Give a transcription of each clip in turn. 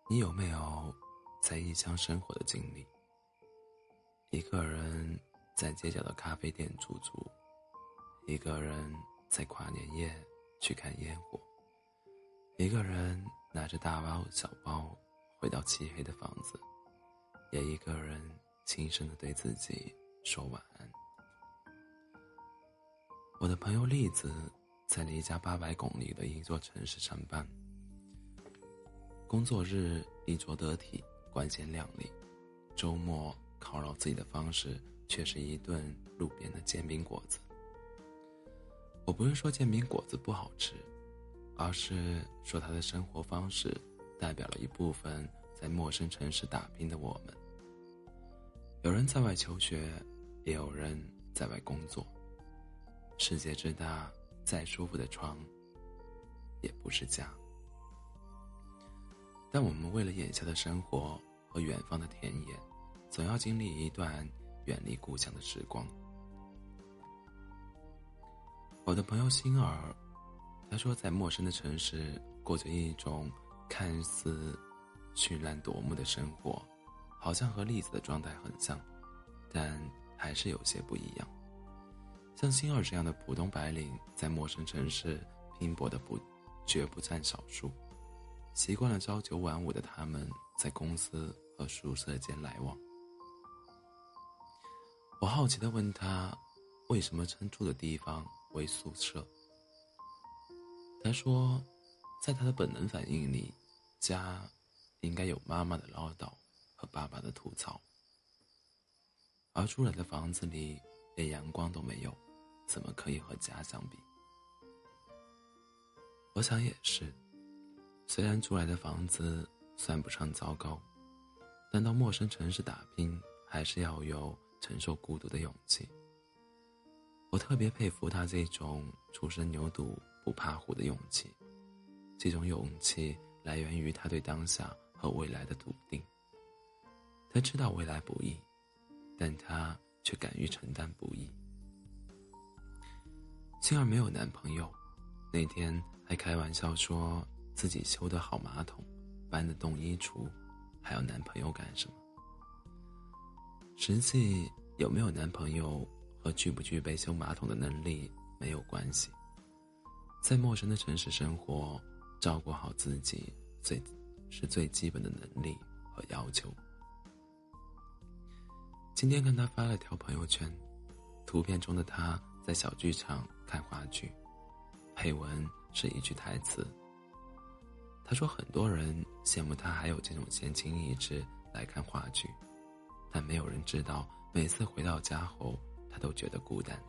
你有没有在异乡生活的经历？一个人在街角的咖啡店驻足，一个人在跨年夜去看烟火，一个人拿着大包小包回到漆黑的房子，也一个人轻声地对自己说晚安。我的朋友栗子在离家800公里的一座城市上班，工作日衣着得体，光鲜亮丽，周末犒劳自己的方式却是一顿路边的煎饼果子。我不是说煎饼果子不好吃，而是说他的生活方式代表了一部分在陌生城市打拼的我们。有人在外求学，也有人在外工作。世界之大，再舒服的床也不是家。但我们为了眼下的生活和远方的田野，总要经历一段远离故乡的时光。我的朋友星儿，他说在陌生的城市过着一种看似绚烂夺目的生活，好像和栗子的状态很像，但还是有些不一样。像星儿这样的普通白领，在陌生城市拼搏的绝不占少数。习惯了朝9晚5的他们，在公司和宿舍间来往。我好奇地问他，为什么称住的地方为宿舍？他说，在他的本能反应里，家应该有妈妈的唠叨和爸爸的吐槽，而住来的房子里连阳光都没有，怎么可以和家相比？我想也是，虽然租来的房子算不上糟糕，但到陌生城市打拼，还是要有承受孤独的勇气。我特别佩服他这种初生牛犊不怕虎的勇气，这种勇气来源于他对当下和未来的笃定。他知道未来不易，但他却敢于承担不易。星儿没有男朋友，那天还开玩笑说自己修得好马桶，搬得动衣橱，还要男朋友干什么？实际有没有男朋友和具不具备修马桶的能力没有关系。在陌生的城市生活，照顾好自己是最基本的能力和要求。今天看他发了条朋友圈，图片中的他在小剧场看话剧，配文是一句台词。他说很多人羡慕他还有这种闲情逸致来看话剧，但没有人知道每次回到家后他都觉得孤单。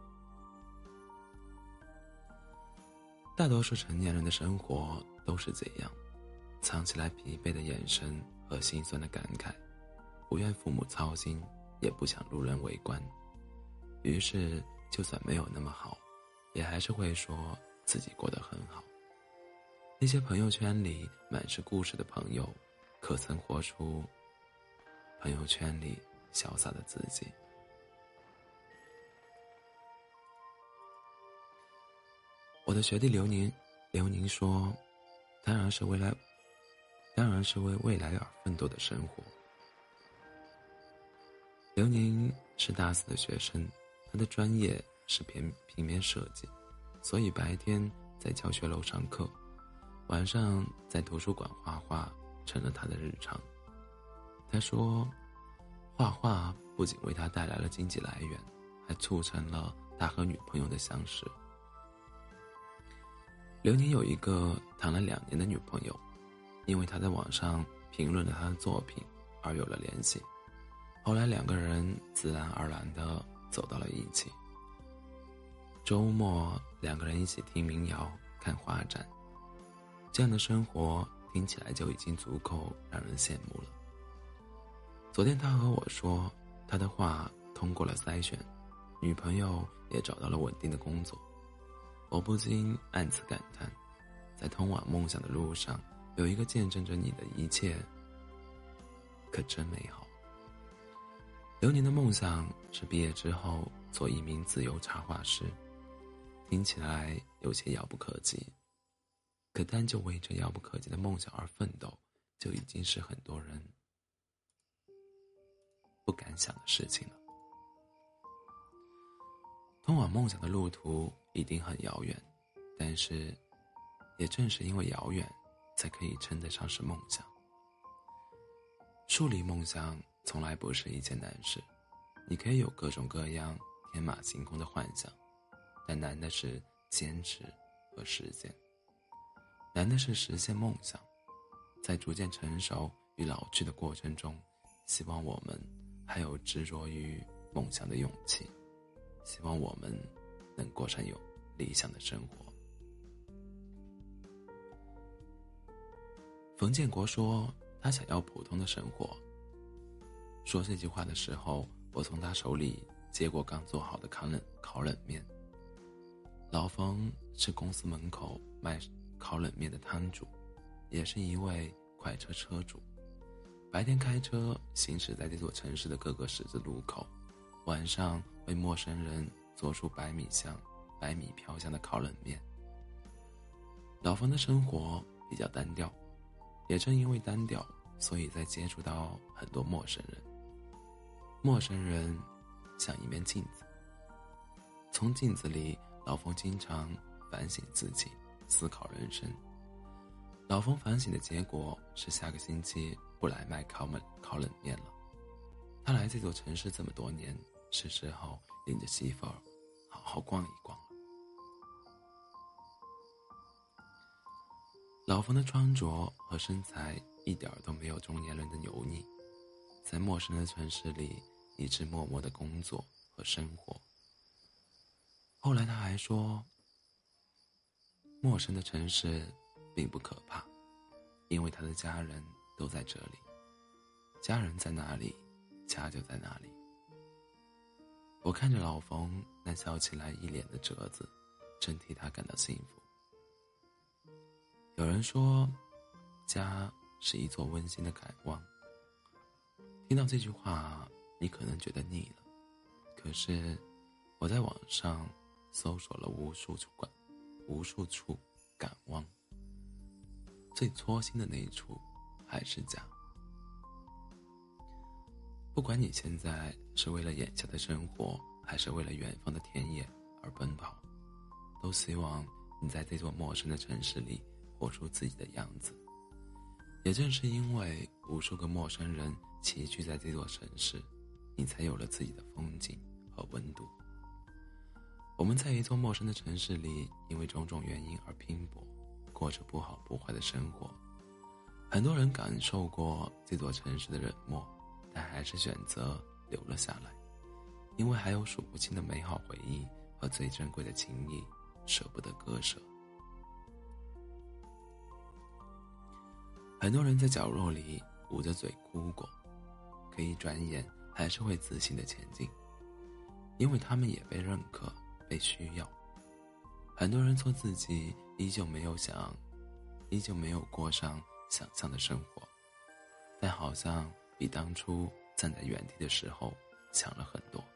大多数成年人的生活都是这样，藏起来疲惫的眼神和心酸的感慨，不愿父母操心，也不想路人围观，于是就算没有那么好，也还是会说自己过得很好。那些朋友圈里满是故事的朋友，可曾活出朋友圈里潇洒的自己？我的学弟刘宁说，当然是为未来而奋斗的生活。刘宁是大4的学生，他的专业是平面设计，所以白天在教学楼上课，晚上在图书馆画画成了他的日常。他说，画画不仅为他带来了经济来源，还促成了他和女朋友的相识。刘宁有一个谈了2年的女朋友，因为他在网上评论了他的作品而有了联系，后来2个人自然而然地走到了一起。周末2个人一起听民谣看画展，这样的生活听起来就已经足够让人羡慕了。昨天他和我说，他的画通过了筛选，女朋友也找到了稳定的工作。我不禁暗自感叹，在通往梦想的路上，有一个见证着你的一切，可真美好。刘宁的梦想是毕业之后做一名自由插画师，听起来有些遥不可及，可单就为这遥不可及的梦想而奋斗， 就已经是很多人不敢想的事情了。通往梦想的路途一定很遥远，但是也正是因为遥远，才可以称得上是梦想。树立梦想从来不是一件难事，你可以有各种各样天马行空的幻想，但难的是坚持和实践。难的是实现梦想，在逐渐成熟与老去的过程中，希望我们还有执着于梦想的勇气，希望我们能过上有理想的生活。冯建国说他想要普通的生活。说这句话的时候，我从他手里接过刚做好的烤冷面。老冯是公司门口卖烤冷面的摊主，也是一位快车车主。白天开车行驶在这座城市的各个十字路口，晚上为陌生人做出百米飘香的烤冷面。老冯的生活比较单调，也正因为单调，所以在接触到很多陌生人。陌生人像一面镜子，从镜子里，老冯经常反省自己，思考人生。老冯反省的结果是下个星期不来卖烤冷面了。他来这座城市这么多年，是时候领着媳妇儿好好逛一逛了。老冯的穿着和身材一点都没有中年人的油腻，在陌生的城市里一直默默的工作和生活。后来他还说，陌生的城市并不可怕，因为他的家人都在这里，家人在哪里，家就在哪里。我看着老冯那笑起来一脸的褶子，真替他感到幸福。有人说，家是一座温馨的港湾。听到这句话，你可能觉得腻了，可是我在网上搜索了无数处港湾，最戳心的那一处还是家。不管你现在是为了眼下的生活，还是为了远方的田野而奔跑，都希望你在这座陌生的城市里活出自己的样子。也正是因为无数个陌生人齐聚在这座城市，你才有了自己的风景和温度。我们在一座陌生的城市里，因为种种原因而拼搏，过着不好不坏的生活。很多人感受过这座城市的冷漠，但还是选择留了下来，因为还有数不清的美好回忆和最珍贵的情谊，舍不得割舍。很多人在角落里捂着嘴哭过，可一转眼还是会自信地前进，因为他们也被认可，被需要。很多人做自己，依旧没有过上想象的生活，但好像比当初站在原地的时候强了很多。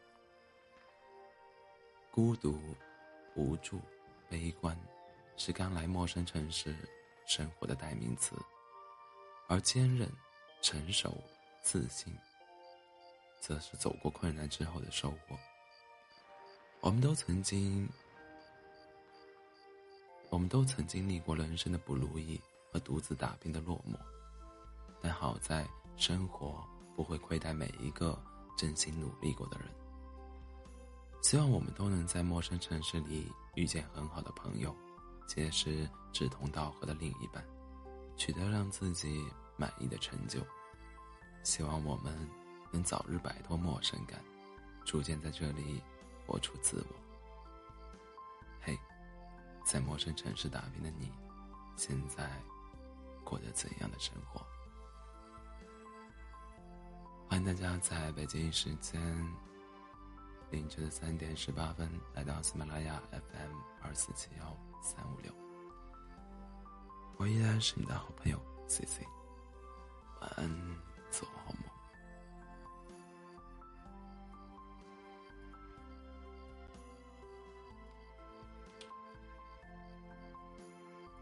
孤独、无助、悲观，是刚来陌生城市生活的代名词，而坚韧、成熟、自信，则是走过困难之后的收获。我们都曾经历过人生的不如意和独自打拼的落寞，但好在生活不会亏待每一个真心努力过的人。希望我们都能在陌生城市里遇见很好的朋友，结识志同道合的另一半，取得让自己满意的成就。希望我们能早日摆脱陌生感，逐渐在这里活出自我。嘿，在陌生城市打拼的你，现在过着怎样的生活？欢迎大家在北京时间凌晨的3点18分来到喜马拉雅 FM2471356。我依然是你的好朋友 CC， 晚安，做好梦。